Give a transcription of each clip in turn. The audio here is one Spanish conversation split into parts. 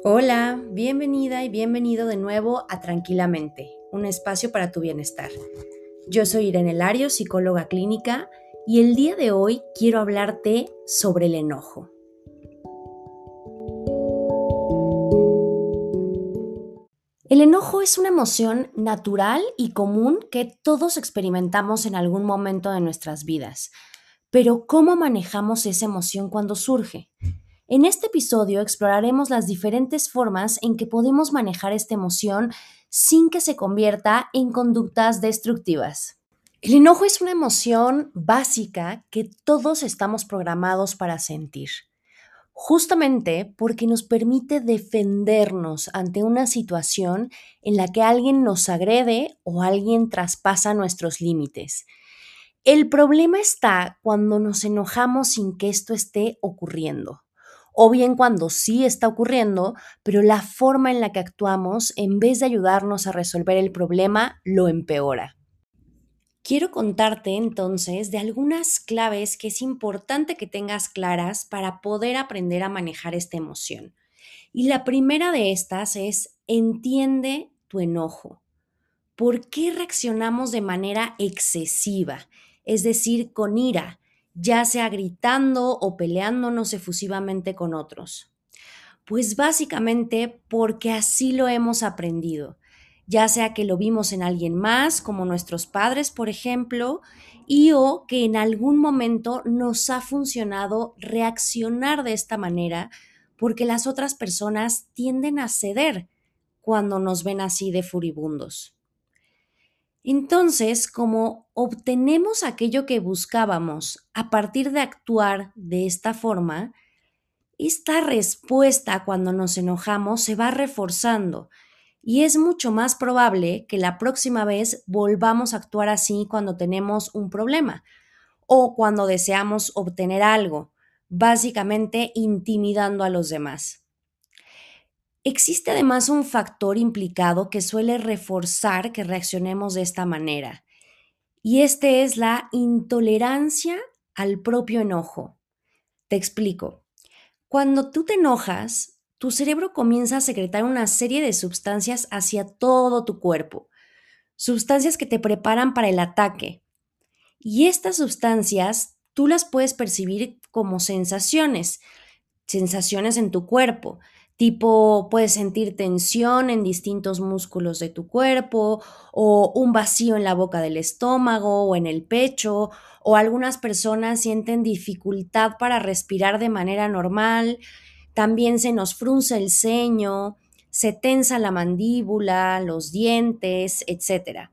Hola, bienvenida y bienvenido de nuevo a Tranquilamente, un espacio para tu bienestar. Yo soy Irene Lario, psicóloga clínica, y el día de hoy quiero hablarte sobre el enojo. El enojo es una emoción natural y común que todos experimentamos en algún momento de nuestras vidas. Pero ¿cómo manejamos esa emoción cuando surge? En este episodio exploraremos las diferentes formas en que podemos manejar esta emoción sin que se convierta en conductas destructivas. El enojo es una emoción básica que todos estamos programados para sentir, justamente porque nos permite defendernos ante una situación en la que alguien nos agrede o alguien traspasa nuestros límites. El problema está cuando nos enojamos sin que esto esté ocurriendo. O bien cuando sí está ocurriendo, pero la forma en la que actuamos, en vez de ayudarnos a resolver el problema, lo empeora. Quiero contarte entonces de algunas claves que es importante que tengas claras para poder aprender a manejar esta emoción. Y la primera de estas es entiende tu enojo. ¿Por qué reaccionamos de manera excesiva? Es decir, con ira, ya sea gritando o peleándonos efusivamente con otros. Pues básicamente porque así lo hemos aprendido, ya sea que lo vimos en alguien más, como nuestros padres, por ejemplo, y o que en algún momento nos ha funcionado reaccionar de esta manera porque las otras personas tienden a ceder cuando nos ven así de furibundos. Entonces, como obtenemos aquello que buscábamos a partir de actuar de esta forma, esta respuesta cuando nos enojamos se va reforzando y es mucho más probable que la próxima vez volvamos a actuar así cuando tenemos un problema o cuando deseamos obtener algo, básicamente intimidando a los demás. Existe además un factor implicado que suele reforzar que reaccionemos de esta manera, y este es la intolerancia al propio enojo. Te explico. Cuando tú te enojas, tu cerebro comienza a secretar una serie de sustancias hacia todo tu cuerpo, sustancias que te preparan para el ataque. Y estas sustancias tú las puedes percibir como sensaciones en tu cuerpo. Tipo, puedes sentir tensión en distintos músculos de tu cuerpo o un vacío en la boca del estómago o en el pecho, o algunas personas sienten dificultad para respirar de manera normal. También se nos frunce el ceño, se tensa la mandíbula, los dientes, etcétera.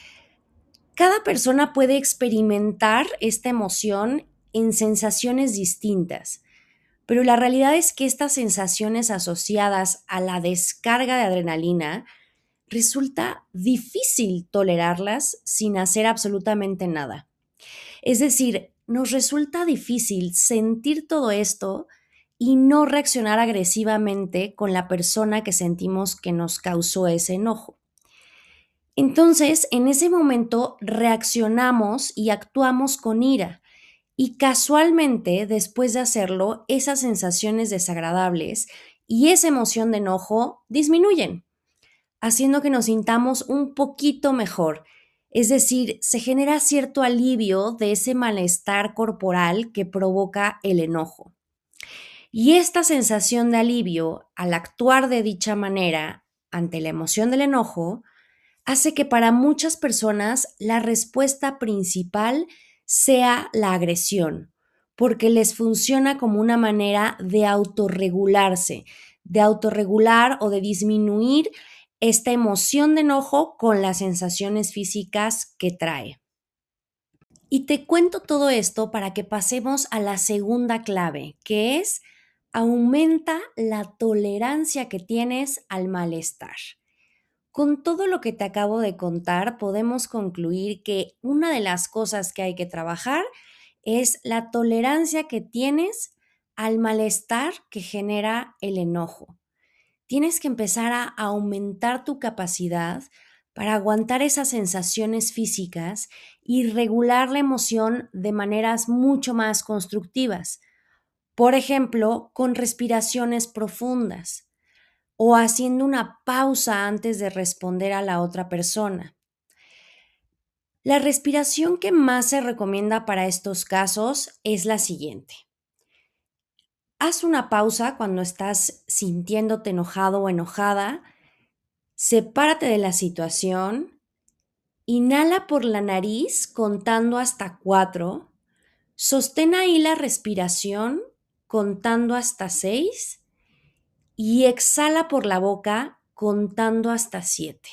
Cada persona puede experimentar esta emoción en sensaciones distintas, pero la realidad es que estas sensaciones asociadas a la descarga de adrenalina resulta difícil tolerarlas sin hacer absolutamente nada. Es decir, nos resulta difícil sentir todo esto y no reaccionar agresivamente con la persona que sentimos que nos causó ese enojo. Entonces, en ese momento reaccionamos y actuamos con ira. Y casualmente, después de hacerlo, esas sensaciones desagradables y esa emoción de enojo disminuyen, haciendo que nos sintamos un poquito mejor. Es decir, se genera cierto alivio de ese malestar corporal que provoca el enojo. Y esta sensación de alivio al actuar de dicha manera ante la emoción del enojo hace que para muchas personas la respuesta principal sea la agresión, porque les funciona como una manera de autorregularse, de autorregular o de disminuir esta emoción de enojo con las sensaciones físicas que trae. Y te cuento todo esto para que pasemos a la segunda clave, que es aumenta la tolerancia que tienes al malestar. Con todo lo que te acabo de contar, podemos concluir que una de las cosas que hay que trabajar es la tolerancia que tienes al malestar que genera el enojo. Tienes que empezar a aumentar tu capacidad para aguantar esas sensaciones físicas y regular la emoción de maneras mucho más constructivas. Por ejemplo, con respiraciones profundas. o haciendo una pausa antes de responder a la otra persona. La respiración que más se recomienda para estos casos es la siguiente. Haz una pausa cuando estás sintiéndote enojado o enojada, sepárate de la situación, inhala por la nariz contando hasta 4, sostén ahí la respiración contando hasta 6 y exhala por la boca contando hasta 7.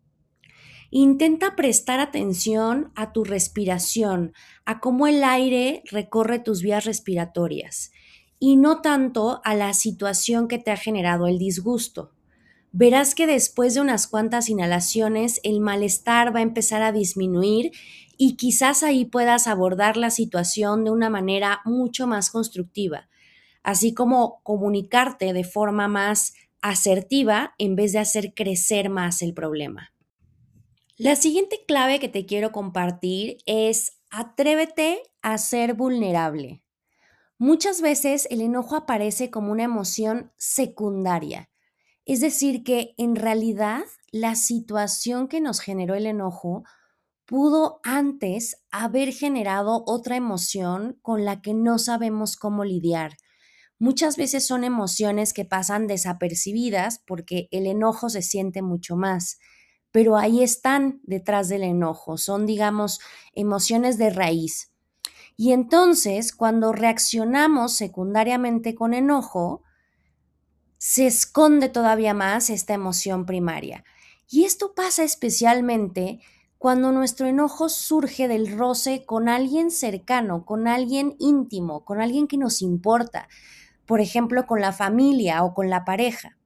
Intenta prestar atención a tu respiración, a cómo el aire recorre tus vías respiratorias y no tanto a la situación que te ha generado el disgusto. Verás que después de unas cuantas inhalaciones el malestar va a empezar a disminuir y quizás ahí puedas abordar la situación de una manera mucho más constructiva, así como comunicarte de forma más asertiva en vez de hacer crecer más el problema. La siguiente clave que te quiero compartir es atrévete a ser vulnerable. Muchas veces el enojo aparece como una emoción secundaria, es decir, que en realidad la situación que nos generó el enojo pudo antes haber generado otra emoción con la que no sabemos cómo lidiar. Muchas veces son emociones que pasan desapercibidas porque el enojo se siente mucho más, pero ahí están detrás del enojo, son, digamos, emociones de raíz. Y entonces, cuando reaccionamos secundariamente con enojo, se esconde todavía más esta emoción primaria. Y esto pasa especialmente cuando nuestro enojo surge del roce con alguien cercano, con alguien íntimo, con alguien que nos importa, por ejemplo, con la familia o con la pareja.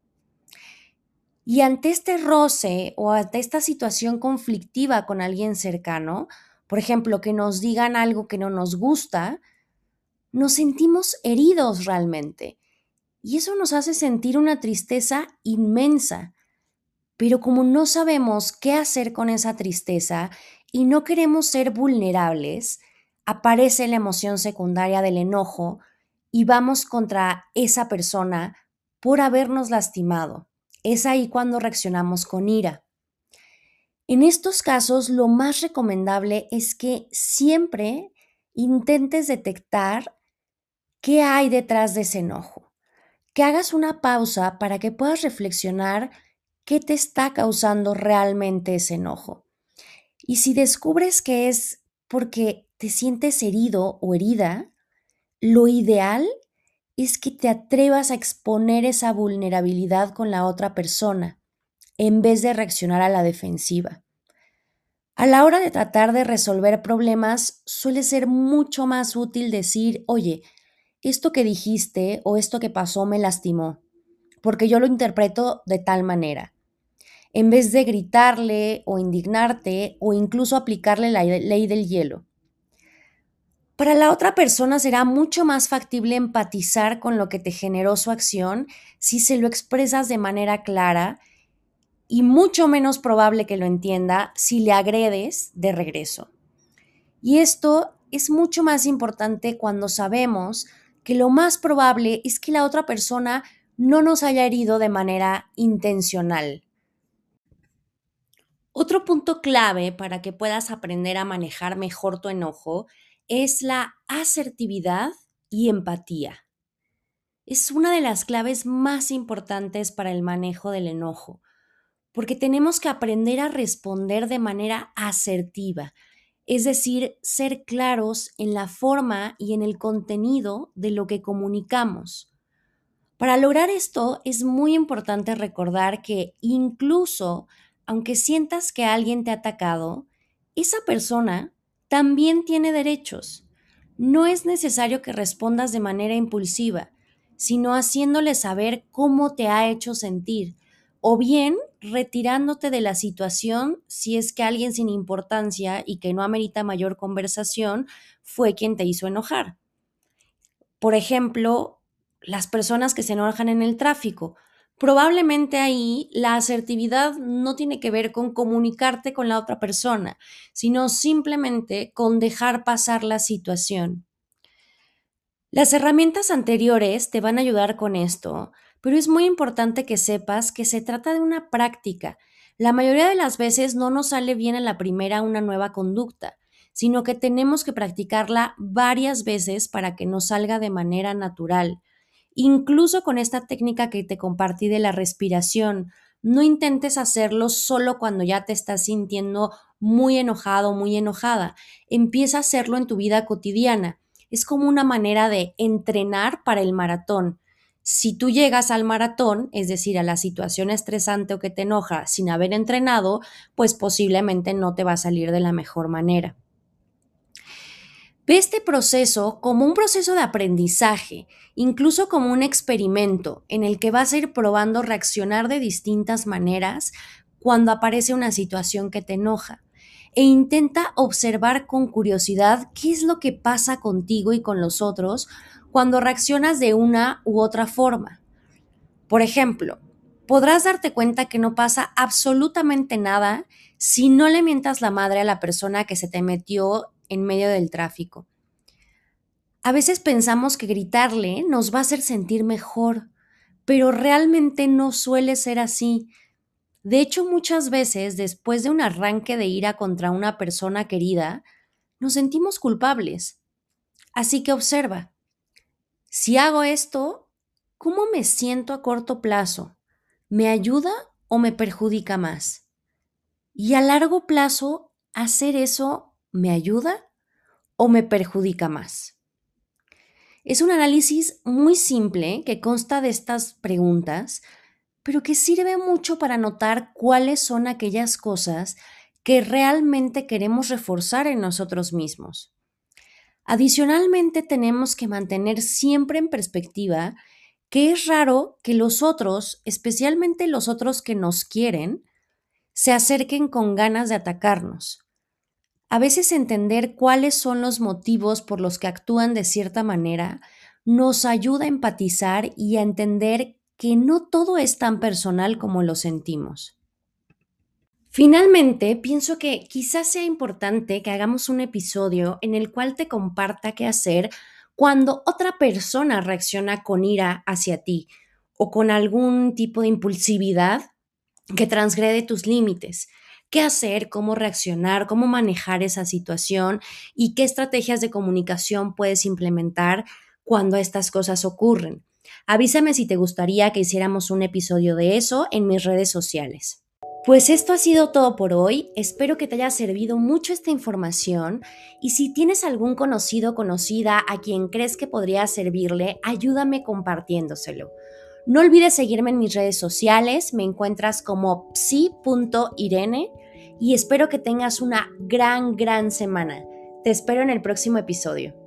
Y ante este roce o ante esta situación conflictiva con alguien cercano, por ejemplo, que nos digan algo que no nos gusta, nos sentimos heridos realmente. Y eso nos hace sentir una tristeza inmensa. Pero como no sabemos qué hacer con esa tristeza y no queremos ser vulnerables, aparece la emoción secundaria del enojo y vamos contra esa persona por habernos lastimado. Es ahí cuando reaccionamos con ira. En estos casos, lo más recomendable es que siempre intentes detectar qué hay detrás de ese enojo, que hagas una pausa para que puedas reflexionar qué te está causando realmente ese enojo. Y si descubres que es porque te sientes herido o herida, lo ideal es que te atrevas a exponer esa vulnerabilidad con la otra persona en vez de reaccionar a la defensiva. A la hora de tratar de resolver problemas, suele ser mucho más útil decir, oye, esto que dijiste o esto que pasó me lastimó, porque yo lo interpreto de tal manera, en vez de gritarle o indignarte o incluso aplicarle la ley del hielo. Para la otra persona será mucho más factible empatizar con lo que te generó su acción si se lo expresas de manera clara y mucho menos probable que lo entienda si le agredes de regreso. Y esto es mucho más importante cuando sabemos que lo más probable es que la otra persona no nos haya herido de manera intencional. Otro punto clave para que puedas aprender a manejar mejor tu enojo es la asertividad y empatía. Es una de las claves más importantes para el manejo del enojo, porque tenemos que aprender a responder de manera asertiva, es decir, ser claros en la forma y en el contenido de lo que comunicamos. Para lograr esto es muy importante recordar que incluso aunque sientas que alguien te ha atacado, esa persona también tiene derechos. No es necesario que respondas de manera impulsiva, sino haciéndole saber cómo te ha hecho sentir, o bien retirándote de la situación si es que alguien sin importancia y que no amerita mayor conversación fue quien te hizo enojar. Por ejemplo, las personas que se enojan en el tráfico. Probablemente ahí la asertividad no tiene que ver con comunicarte con la otra persona, sino simplemente con dejar pasar la situación. Las herramientas anteriores te van a ayudar con esto, pero es muy importante que sepas que se trata de una práctica. La mayoría de las veces no nos sale bien a la primera una nueva conducta, sino que tenemos que practicarla varias veces para que nos salga de manera natural. Incluso con esta técnica que te compartí de la respiración, no intentes hacerlo solo cuando ya te estás sintiendo muy enojado, muy enojada. Empieza a hacerlo en tu vida cotidiana. Es como una manera de entrenar para el maratón. Si tú llegas al maratón, es decir, a la situación estresante o que te enoja sin haber entrenado, pues posiblemente no te va a salir de la mejor manera. Ve este proceso como un proceso de aprendizaje, incluso como un experimento en el que vas a ir probando reaccionar de distintas maneras cuando aparece una situación que te enoja. E intenta observar con curiosidad qué es lo que pasa contigo y con los otros cuando reaccionas de una u otra forma. Por ejemplo, podrás darte cuenta que no pasa absolutamente nada si no le mientas la madre a la persona que se te metió en medio del tráfico. A veces pensamos que gritarle nos va a hacer sentir mejor, pero realmente no suele ser así. De hecho, muchas veces, después de un arranque de ira contra una persona querida, nos sentimos culpables. Así que observa, si hago esto, ¿cómo me siento a corto plazo? ¿Me ayuda o me perjudica más? Y a largo plazo, ¿hacer eso me ayuda o me perjudica más? Es un análisis muy simple que consta de estas preguntas, pero que sirve mucho para notar cuáles son aquellas cosas que realmente queremos reforzar en nosotros mismos. Adicionalmente, tenemos que mantener siempre en perspectiva que es raro que los otros, especialmente los otros que nos quieren, se acerquen con ganas de atacarnos. A veces entender cuáles son los motivos por los que actúan de cierta manera nos ayuda a empatizar y a entender que no todo es tan personal como lo sentimos. Finalmente, pienso que quizás sea importante que hagamos un episodio en el cual te comparta qué hacer cuando otra persona reacciona con ira hacia ti o con algún tipo de impulsividad que transgrede tus límites. ¿Qué hacer? ¿Cómo reaccionar? ¿Cómo manejar esa situación? ¿Y qué estrategias de comunicación puedes implementar cuando estas cosas ocurren? Avísame si te gustaría que hiciéramos un episodio de eso en mis redes sociales. Pues esto ha sido todo por hoy. Espero que te haya servido mucho esta información y si tienes algún conocido o conocida a quien crees que podría servirle, ayúdame compartiéndoselo. No olvides seguirme en mis redes sociales, me encuentras como psi.irene y espero que tengas una gran semana. Te espero en el próximo episodio.